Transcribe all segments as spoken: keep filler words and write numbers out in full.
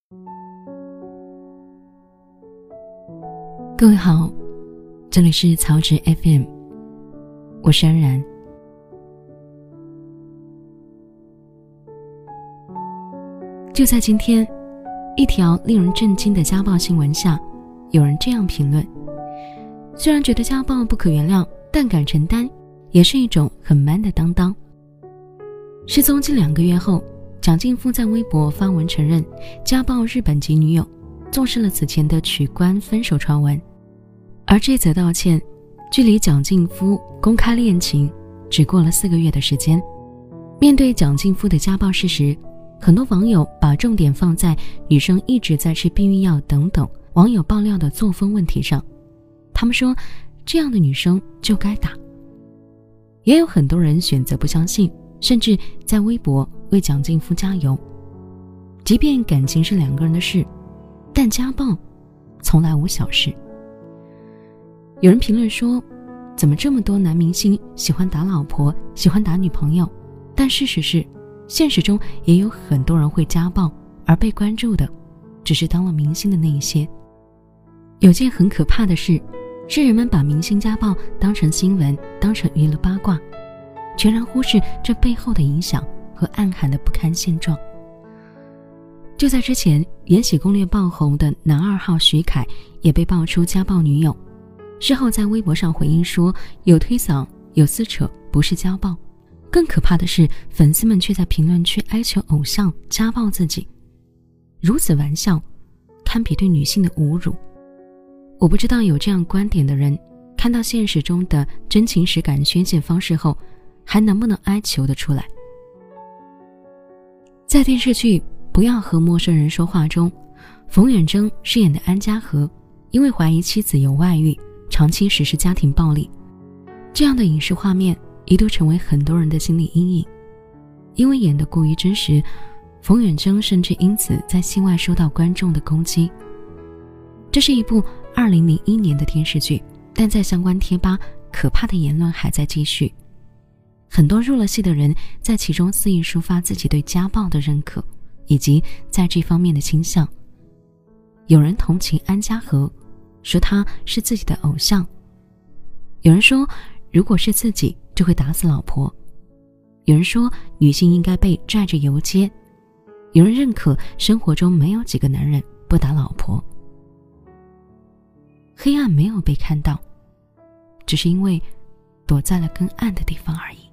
各位好，这里是曹植 F M， 我是安然。就在今天，一条令人震惊的家暴新闻下，有人这样评论：虽然觉得家暴不可原谅，但敢承担也是一种很 man 的担当。失踪近两个月后，蒋劲夫在微博发文承认家暴日本籍女友，坐实了此前的取关分手传闻。而这则道歉距离蒋劲夫公开恋情只过了四个月的时间。面对蒋劲夫的家暴事实，很多网友把重点放在女生一直在吃避孕药等等网友爆料的作风问题上。他们说这样的女生就该打。也有很多人选择不相信，甚至在微博为蒋劲夫加油。即便感情是两个人的事，但家暴从来无小事。有人评论说，怎么这么多男明星喜欢打老婆，喜欢打女朋友，但事实是现实中也有很多人会家暴，而被关注的只是当了明星的那一些。有件很可怕的事，是人们把明星家暴当成新闻，当成娱乐八卦，全然忽视这背后的影响和暗含的不堪现状。就在之前，延禧攻略爆红的男二号徐凯也被爆出家暴女友，事后在微博上回应说，有推搡有撕扯，不是家暴。更可怕的是，粉丝们却在评论区哀求偶像家暴自己，如此玩笑堪比对女性的侮辱。我不知道有这样观点的人，看到现实中的真情实感宣泄方式后，还能不能哀求得出来。在电视剧《不要和陌生人说话》中，冯远征饰演的安家和因为怀疑妻子有外遇，长期实施家庭暴力，这样的影视画面一度成为很多人的心理阴影。因为演得过于真实，冯远征甚至因此在戏外受到观众的攻击。这是一部二零零一年的电视剧，但在相关贴吧，可怕的言论还在继续。很多入了戏的人在其中肆意抒发自己对家暴的认可，以及在这方面的倾向。有人同情安家和，说他是自己的偶像。有人说如果是自己就会打死老婆。有人说女性应该被拽着游街。有人认可生活中没有几个男人不打老婆。黑暗没有被看到，只是因为躲在了更暗的地方而已。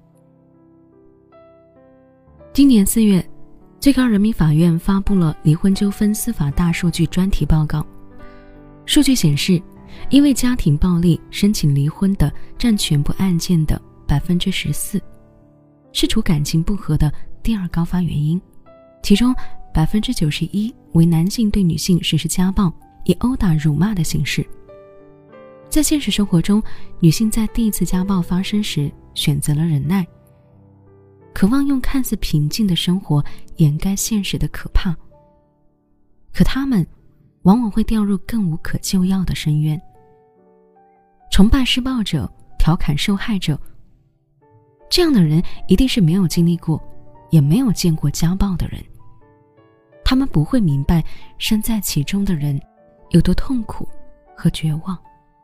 今年四月，最高人民法院发布了离婚纠纷司法大数据专题报告。数据显示，因为家庭暴力申请离婚的占全部案件的 百分之十四， 是除感情不和的第二高发原因。其中 百分之九十一 为男性对女性实施家暴，以殴打辱骂的形式。在现实生活中，女性在第一次家暴发生时选择了忍耐，渴望用看似平静的生活掩盖现实的可怕，可她们往往会掉入更无可救药的深渊。崇拜施暴者，调侃受害者，这样的人一定是没有经历过也没有见过家暴的人，他们不会明白身在其中的人有多痛苦和绝望。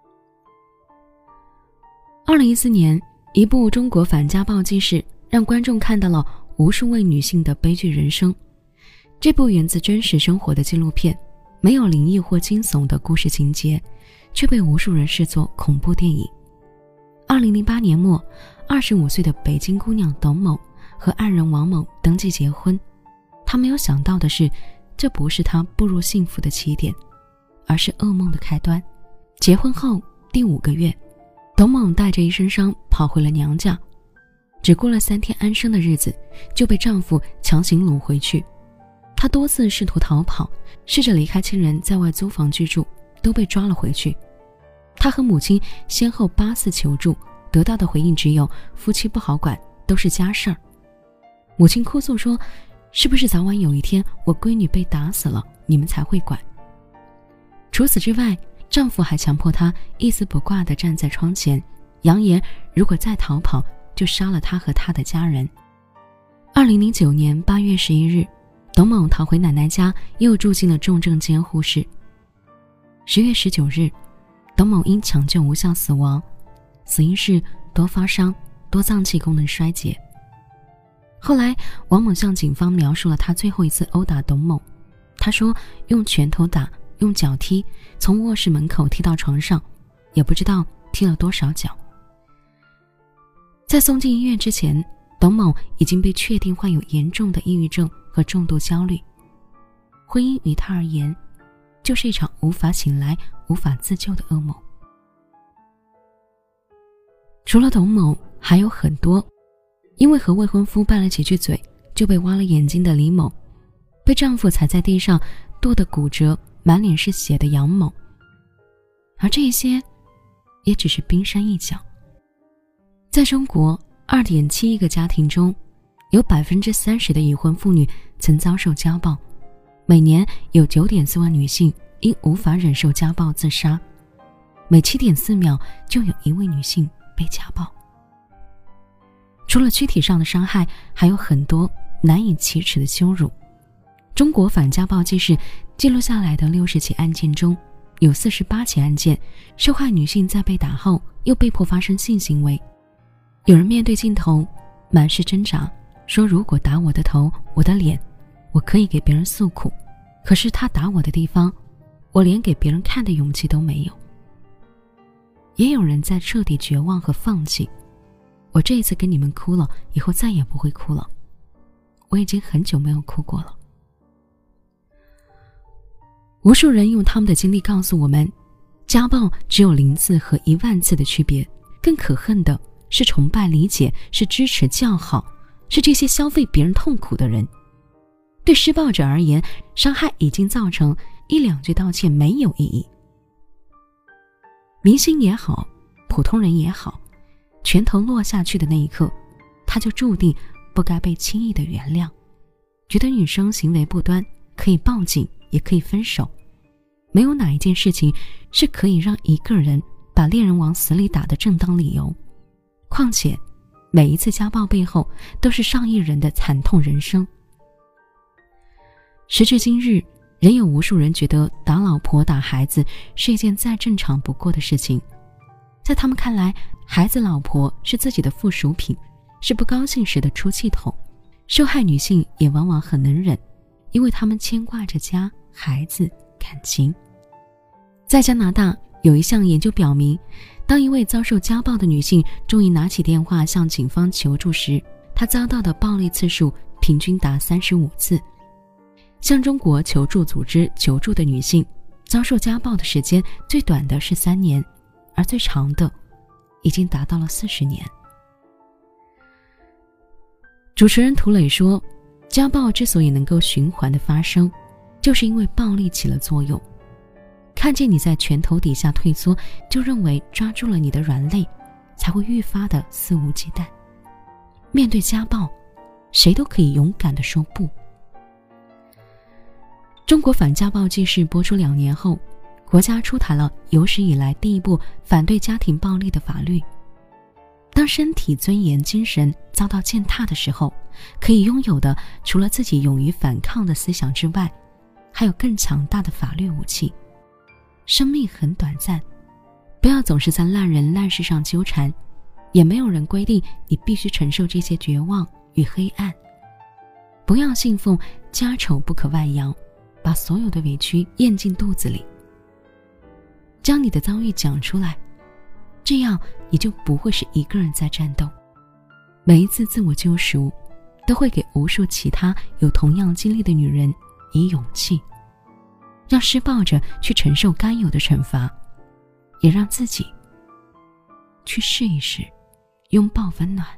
二零一四年，一部中国反家暴纪实让观众看到了无数位女性的悲剧人生。这部源自真实生活的纪录片，没有灵异或惊悚的故事情节，却被无数人视作恐怖电影。二零零八年末，二十五岁的北京姑娘董某和爱人王某登记结婚。她没有想到的是，这不是她步入幸福的起点，而是噩梦的开端。结婚后第五个月，董某带着一身伤跑回了娘家，只过了三天安生的日子，就被丈夫强行掳回去。她多次试图逃跑，试着离开亲人在外租房居住，都被抓了回去。她和母亲先后八次求助，得到的回应只有夫妻不好管，都是家事儿。母亲哭诉说，是不是早晚有一天我闺女被打死了，你们才会管？除此之外，丈夫还强迫她一丝不挂地站在窗前，扬言如果再逃跑就杀了她和她的家人。二零零九年八月十一日， 董某逃回奶奶家，又住进了重症监护室。十月十九日，董某因抢救无效死亡，死因是多发伤、多脏器功能衰竭。后来，王某向警方描述了他最后一次殴打董某。他说用拳头打，用脚踢，从卧室门口踢到床上，也不知道踢了多少脚。在送进医院之前，董某已经被确定患有严重的抑郁症和重度焦虑。婚姻于他而言，就是一场无法醒来、无法自救的噩梦。除了董某，还有很多因为和未婚夫拌了几句嘴就被挖了眼睛的李某，被丈夫踩在地上跺得骨折、满脸是血的杨某。而这些也只是冰山一角。在中国 二点七亿个家庭中，有 百分之三十 的已婚妇女曾遭受家暴，每年有 九点四万女性因无法忍受家暴自杀，每 七点四秒就有一位女性被家暴。除了躯体上的伤害，还有很多难以启齿的羞辱。中国反家暴记事记录下来的六十起案件中，有四十八起案件，受害女性在被打后又被迫发生性行为。有人面对镜头满是挣扎，说如果打我的头、我的脸，我可以给别人诉苦，可是他打我的地方，我连给别人看的勇气都没有。也有人在彻底绝望和放弃，我这一次跟你们哭了，以后再也不会哭了，我已经很久没有哭过了。无数人用他们的经历告诉我们，家暴只有零次和一万次的区别，更可恨的是崇拜理解，是支持叫好，是这些消费别人痛苦的人。对施暴者而言，伤害已经造成，一两句道歉没有意义。明星也好，普通人也好，拳头落下去的那一刻，他就注定不该被轻易的原谅。觉得女生行为不端，可以报警，也可以分手。没有哪一件事情是可以让一个人把恋人往死里打的正当理由。况且，每一次家暴背后都是上亿人的惨痛人生。时至今日，仍有无数人觉得打老婆打孩子是一件再正常不过的事情。在他们看来，孩子老婆是自己的附属品，是不高兴时的出气筒。受害女性也往往很能忍，因为她们牵挂着家、孩子、感情。在加拿大，有一项研究表明，当一位遭受家暴的女性终于拿起电话向警方求助时，她遭到的暴力次数平均达三十五次。向中国求助组织求助的女性，遭受家暴的时间最短的是三年，而最长的已经达到了四十年。主持人涂磊说，家暴之所以能够循环的发生，就是因为暴力起了作用。看见你在拳头底下退缩，就认为抓住了你的软肋，才会愈发的肆无忌惮。面对家暴，谁都可以勇敢地说不。中国反家暴纪事播出两年后，国家出台了有史以来第一部反对家庭暴力的法律。当身体尊严精神遭到践踏的时候，可以拥有的除了自己勇于反抗的思想之外，还有更强大的法律武器。生命很短暂，不要总是在烂人烂事上纠缠，也没有人规定你必须承受这些绝望与黑暗。不要信奉家丑不可外扬，把所有的委屈咽进肚子里。将你的遭遇讲出来，这样你就不会是一个人在战斗。每一次自我救赎，都会给无数其他有同样经历的女人以勇气，让施暴者去承受该有的惩罚，也让自己去试一试拥抱温暖。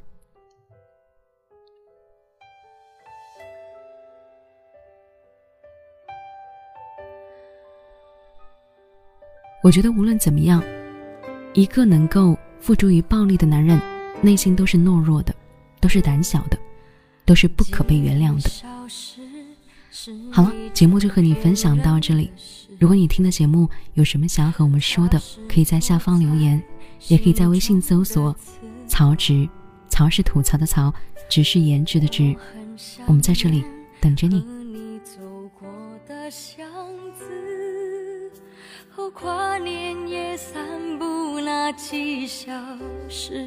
我觉得无论怎么样，一个能够付诸于暴力的男人，内心都是懦弱的，都是胆小的，都是不可被原谅的。好了，节目就和你分享到这里。如果你听的节目有什么想要和我们说的，可以在下方留言，也可以在微信搜索曹植，曹是吐槽的曹，植是颜值的植，我们在这里等着你。 的巷子，后跨年夜散步那几小时，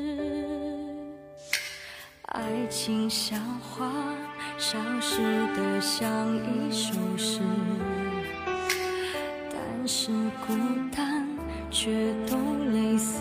爱情像花消失得像一首诗，但是孤单却都类似。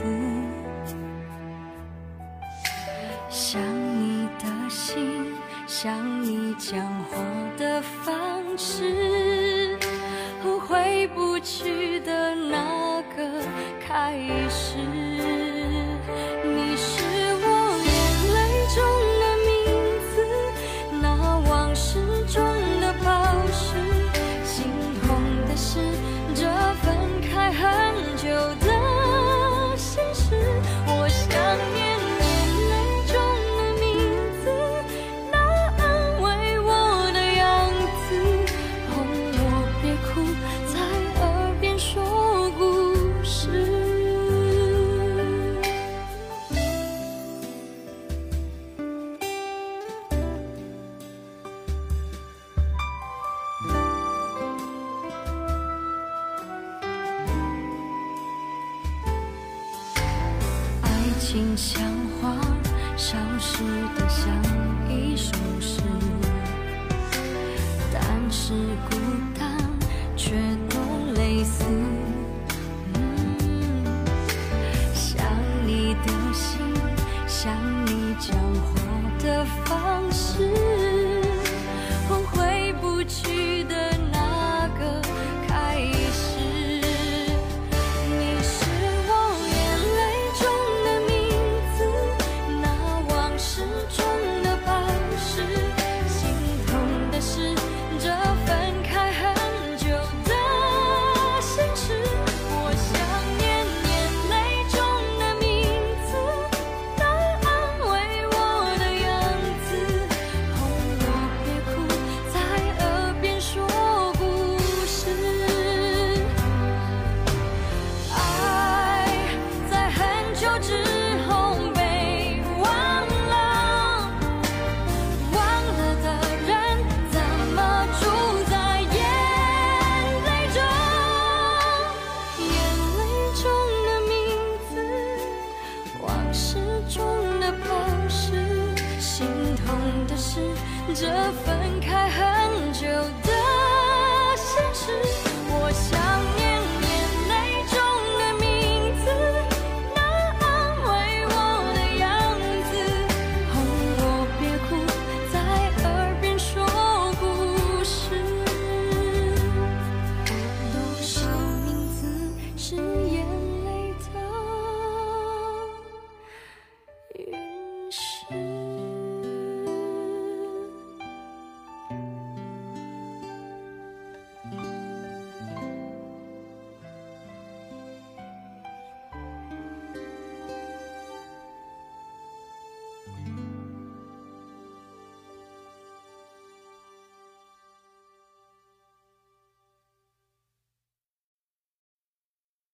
想你的心，想你讲话的方式，和回不去的那个开始。你是我眼泪中的名字，那往事中的宝石。心痛的是这分开很久的现实。我想念情像花消失得像一首诗，但是